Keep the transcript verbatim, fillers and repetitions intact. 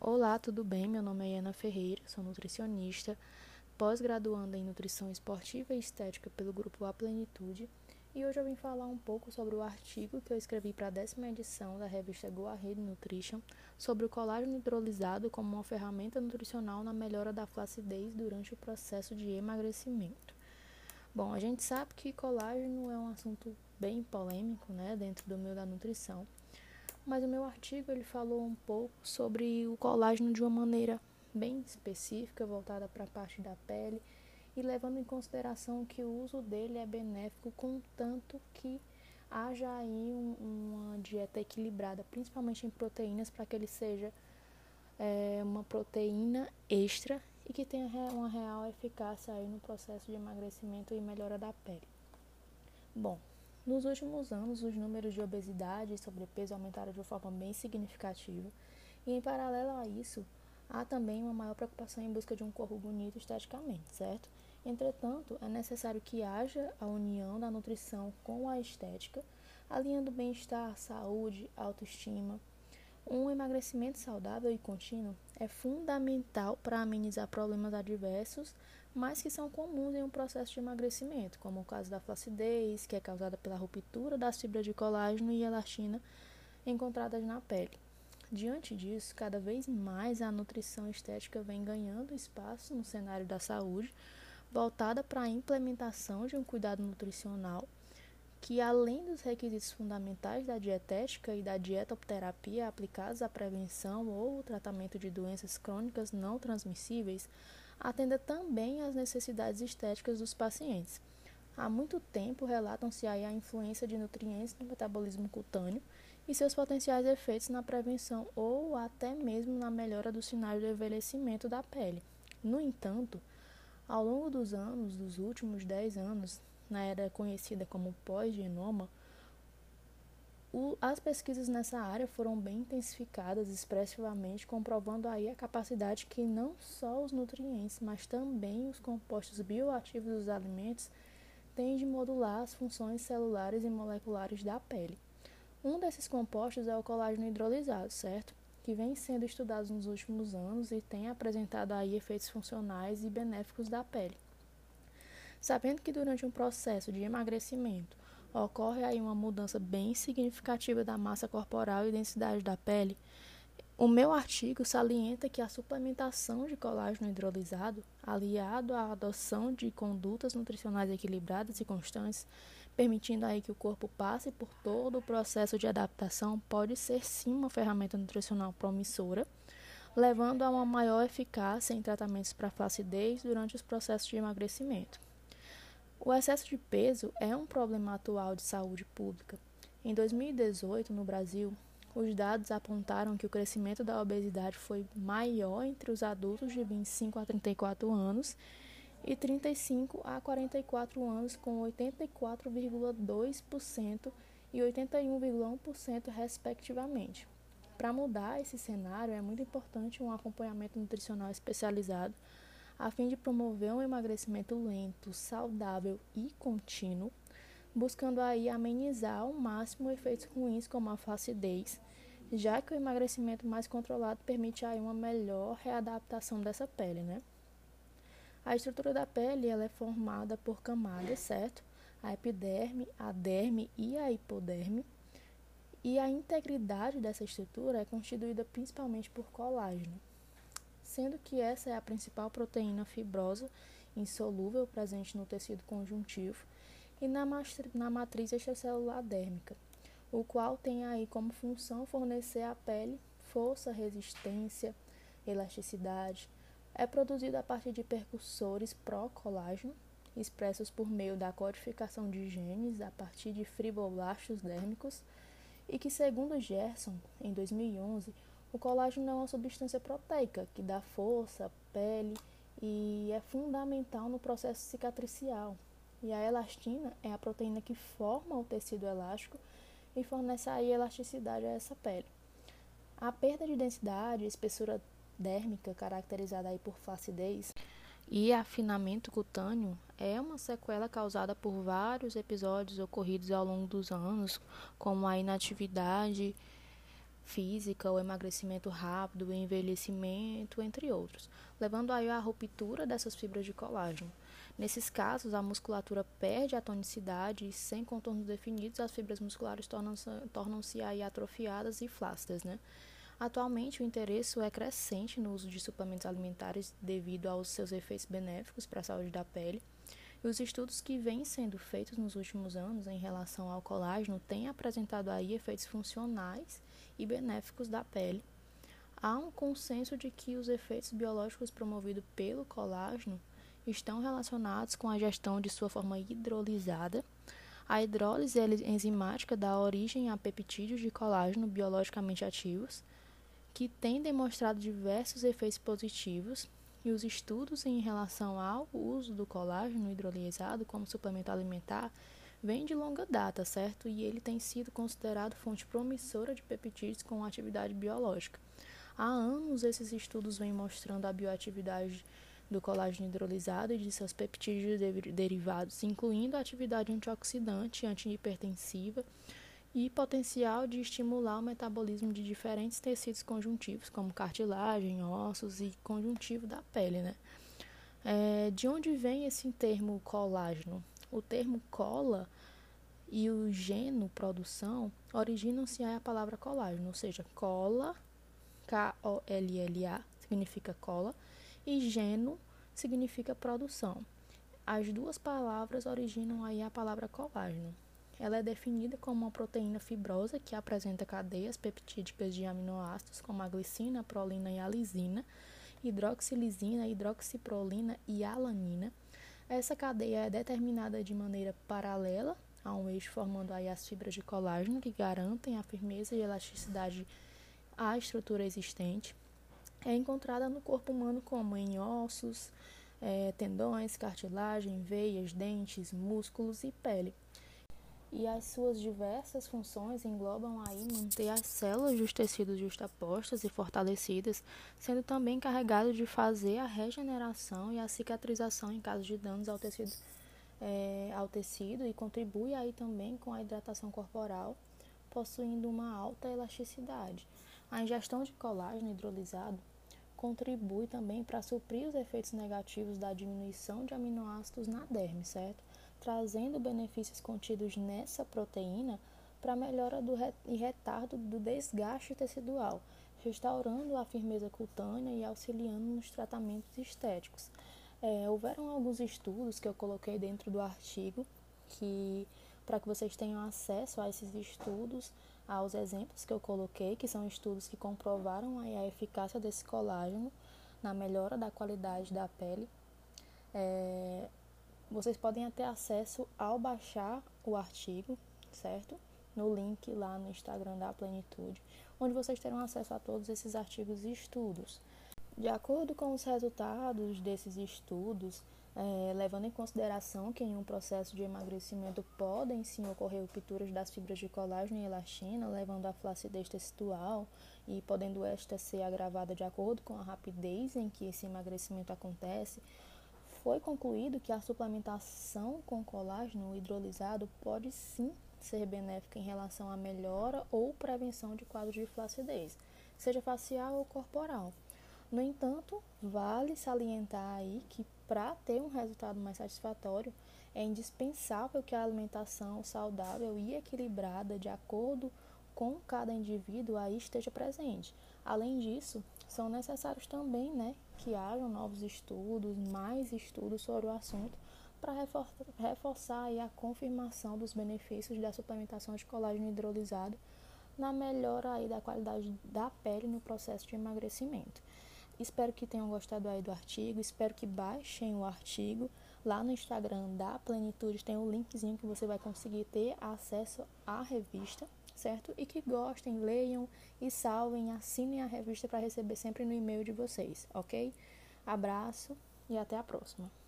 Olá, tudo bem? Meu nome é Ana Ferreira, sou nutricionista, pós-graduanda em Nutrição Esportiva e Estética pelo Grupo A Plenitude, e hoje eu vim falar um pouco sobre o artigo que eu escrevi para a décima edição da revista Go Ahead Nutrition sobre o colágeno hidrolisado como uma ferramenta nutricional na melhora da flacidez durante o processo de emagrecimento. Bom, a gente sabe que colágeno é um assunto bem polêmico, né, dentro do meio da nutrição. Mas o meu artigo ele falou um pouco sobre o colágeno de uma maneira bem específica, voltada para a parte da pele, e levando em consideração que o uso dele é benéfico, contanto que haja aí um, uma dieta equilibrada, principalmente em proteínas, para que ele seja é, uma proteína extra e que tenha uma real eficácia aí no processo de emagrecimento e melhora da pele. Bom, nos últimos anos, os números de obesidade e sobrepeso aumentaram de uma forma bem significativa, e em paralelo a isso, há também uma maior preocupação em busca de um corpo bonito esteticamente, certo? Entretanto, é necessário que haja a união da nutrição com a estética, alinhando bem-estar, saúde, autoestima. Um emagrecimento saudável e contínuo é fundamental para amenizar problemas adversos, mas que são comuns em um processo de emagrecimento, como o caso da flacidez, que é causada pela ruptura das fibras de colágeno e elastina encontradas na pele. Diante disso, cada vez mais a nutrição estética vem ganhando espaço no cenário da saúde, voltada para a implementação de um cuidado nutricional que, além dos requisitos fundamentais da dietética e da dietoterapia aplicados à prevenção ou tratamento de doenças crônicas não transmissíveis, atenda também às necessidades estéticas dos pacientes. Há muito tempo relatam-se aí a influência de nutrientes no metabolismo cutâneo e seus potenciais efeitos na prevenção ou até mesmo na melhora dos sinais do envelhecimento da pele. No entanto, ao longo dos anos, dos últimos dez anos, na era conhecida como pós-genoma, as pesquisas nessa área foram bem intensificadas expressivamente, comprovando aí a capacidade que não só os nutrientes, mas também os compostos bioativos dos alimentos têm de modular as funções celulares e moleculares da pele. Um desses compostos é o colágeno hidrolisado, certo? Que vem sendo estudado nos últimos anos e tem apresentado aí efeitos funcionais e benéficos da pele. Sabendo que durante um processo de emagrecimento ocorre aí uma mudança bem significativa da massa corporal e densidade da pele, o meu artigo salienta que a suplementação de colágeno hidrolisado, aliado à adoção de condutas nutricionais equilibradas e constantes, permitindo aí que o corpo passe por todo o processo de adaptação, pode ser sim uma ferramenta nutricional promissora, levando a uma maior eficácia em tratamentos para flacidez durante os processos de emagrecimento. O excesso de peso é um problema atual de saúde pública. Em dois mil e dezoito, no Brasil, os dados apontaram que o crescimento da obesidade foi maior entre os adultos de vinte e cinco a trinta e quatro anos e trinta e cinco a quarenta e quatro anos, com oitenta e quatro vírgula dois por cento e oitenta e um vírgula um por cento, respectivamente. Para mudar esse cenário, é muito importante um acompanhamento nutricional especializado, a fim de promover um emagrecimento lento, saudável e contínuo, buscando aí amenizar ao máximo efeitos ruins como a flacidez, já que o emagrecimento mais controlado permite aí uma melhor readaptação dessa pele, né? A estrutura da pele ela é formada por camadas, certo? A epiderme, a derme e a hipoderme, e a integridade dessa estrutura é constituída principalmente por colágeno, sendo que essa é a principal proteína fibrosa insolúvel presente no tecido conjuntivo e na, na matriz extracelular dérmica, o qual tem aí como função fornecer à pele força, resistência, elasticidade. É produzido a partir de precursores pró-colágeno, expressos por meio da codificação de genes a partir de fibroblastos dérmicos, e que, segundo Gerson, em dois mil e onze, o colágeno é uma substância proteica que dá força à pele e é fundamental no processo cicatricial. E a elastina é a proteína que forma o tecido elástico e fornece aí elasticidade a essa pele. A perda de densidade e espessura dérmica, caracterizada aí por flacidez, e afinamento cutâneo é uma sequela causada por vários episódios ocorridos ao longo dos anos, como a inatividade física, o emagrecimento rápido, o envelhecimento, entre outros, levando aí à ruptura dessas fibras de colágeno. Nesses casos, a musculatura perde a tonicidade e, sem contornos definidos, as fibras musculares tornam-se, tornam-se aí atrofiadas e flácidas, né? Atualmente, o interesse é crescente no uso de suplementos alimentares devido aos seus efeitos benéficos para a saúde da pele. E os estudos que vêm sendo feitos nos últimos anos em relação ao colágeno têm apresentado aí efeitos funcionais e benéficos da pele. Há um consenso de que os efeitos biológicos promovidos pelo colágeno estão relacionados com a gestão de sua forma hidrolisada. A hidrólise enzimática dá origem a peptídeos de colágeno biologicamente ativos, que têm demonstrado diversos efeitos positivos, e os estudos em relação ao uso do colágeno hidrolisado como suplemento alimentar vêm de longa data, certo? E ele tem sido considerado fonte promissora de peptídeos com atividade biológica. Há anos, esses estudos vêm mostrando a bioatividade do colágeno hidrolisado e de seus peptídeos derivados, incluindo a atividade antioxidante, antihipertensiva e potencial de estimular o metabolismo de diferentes tecidos conjuntivos, como cartilagem, ossos e conjuntivo da pele, né? É, de onde vem esse termo colágeno? O termo cola e o geno, produção, originam-se a palavra colágeno, ou seja, cola, K O L L A, significa cola, e geno significa produção. As duas palavras originam aí a palavra colágeno. Ela é definida como uma proteína fibrosa que apresenta cadeias peptídicas de aminoácidos como a glicina, a prolina e a lisina, hidroxilisina, hidroxiprolina e alanina. Essa cadeia é determinada de maneira paralela a um eixo, formando aí as fibras de colágeno que garantem a firmeza e elasticidade à estrutura existente. É encontrada no corpo humano como em ossos, é, tendões, cartilagem, veias, dentes, músculos e pele. E as suas diversas funções englobam aí manter as células dos tecidos justapostas e fortalecidas, sendo também encarregado de fazer a regeneração e a cicatrização em caso de danos ao tecido, é, ao tecido e contribui aí também com a hidratação corporal, possuindo uma alta elasticidade. A ingestão de colágeno hidrolisado contribui também para suprir os efeitos negativos da diminuição de aminoácidos na derme, certo? Trazendo benefícios contidos nessa proteína para a melhora do re- e retardo do desgaste tecidual, restaurando a firmeza cutânea e auxiliando nos tratamentos estéticos. É, houveram alguns estudos que eu coloquei dentro do artigo, que para que vocês tenham acesso a esses estudos, aos exemplos que eu coloquei, que são estudos que comprovaram aí a eficácia desse colágeno na melhora da qualidade da pele. É, vocês podem ter acesso ao baixar o artigo, certo? No link lá no Instagram da Plenitude, onde vocês terão acesso a todos esses artigos e estudos. De acordo com os resultados desses estudos, é, levando em consideração que em um processo de emagrecimento podem sim ocorrer rupturas das fibras de colágeno e elastina, levando à flacidez tecidual e podendo esta ser agravada de acordo com a rapidez em que esse emagrecimento acontece, foi concluído que a suplementação com colágeno hidrolisado pode sim ser benéfica em relação à melhora ou prevenção de quadros de flacidez, seja facial ou corporal. No entanto, vale salientar aí que para ter um resultado mais satisfatório, é indispensável que a alimentação saudável e equilibrada de acordo com cada indivíduo aí esteja presente. Além disso, são necessários também, né, que hajam novos estudos, mais estudos sobre o assunto, para reforçar, reforçar aí a confirmação dos benefícios da suplementação de colágeno hidrolisado na melhora aí da qualidade da pele no processo de emagrecimento. Espero que tenham gostado aí do artigo, espero que baixem o artigo. Lá no Instagram da Plenitude tem um linkzinho que você vai conseguir ter acesso à revista, certo? E que gostem, leiam e salvem, assinem a revista para receber sempre no e-mail de vocês, ok? Abraço e até a próxima.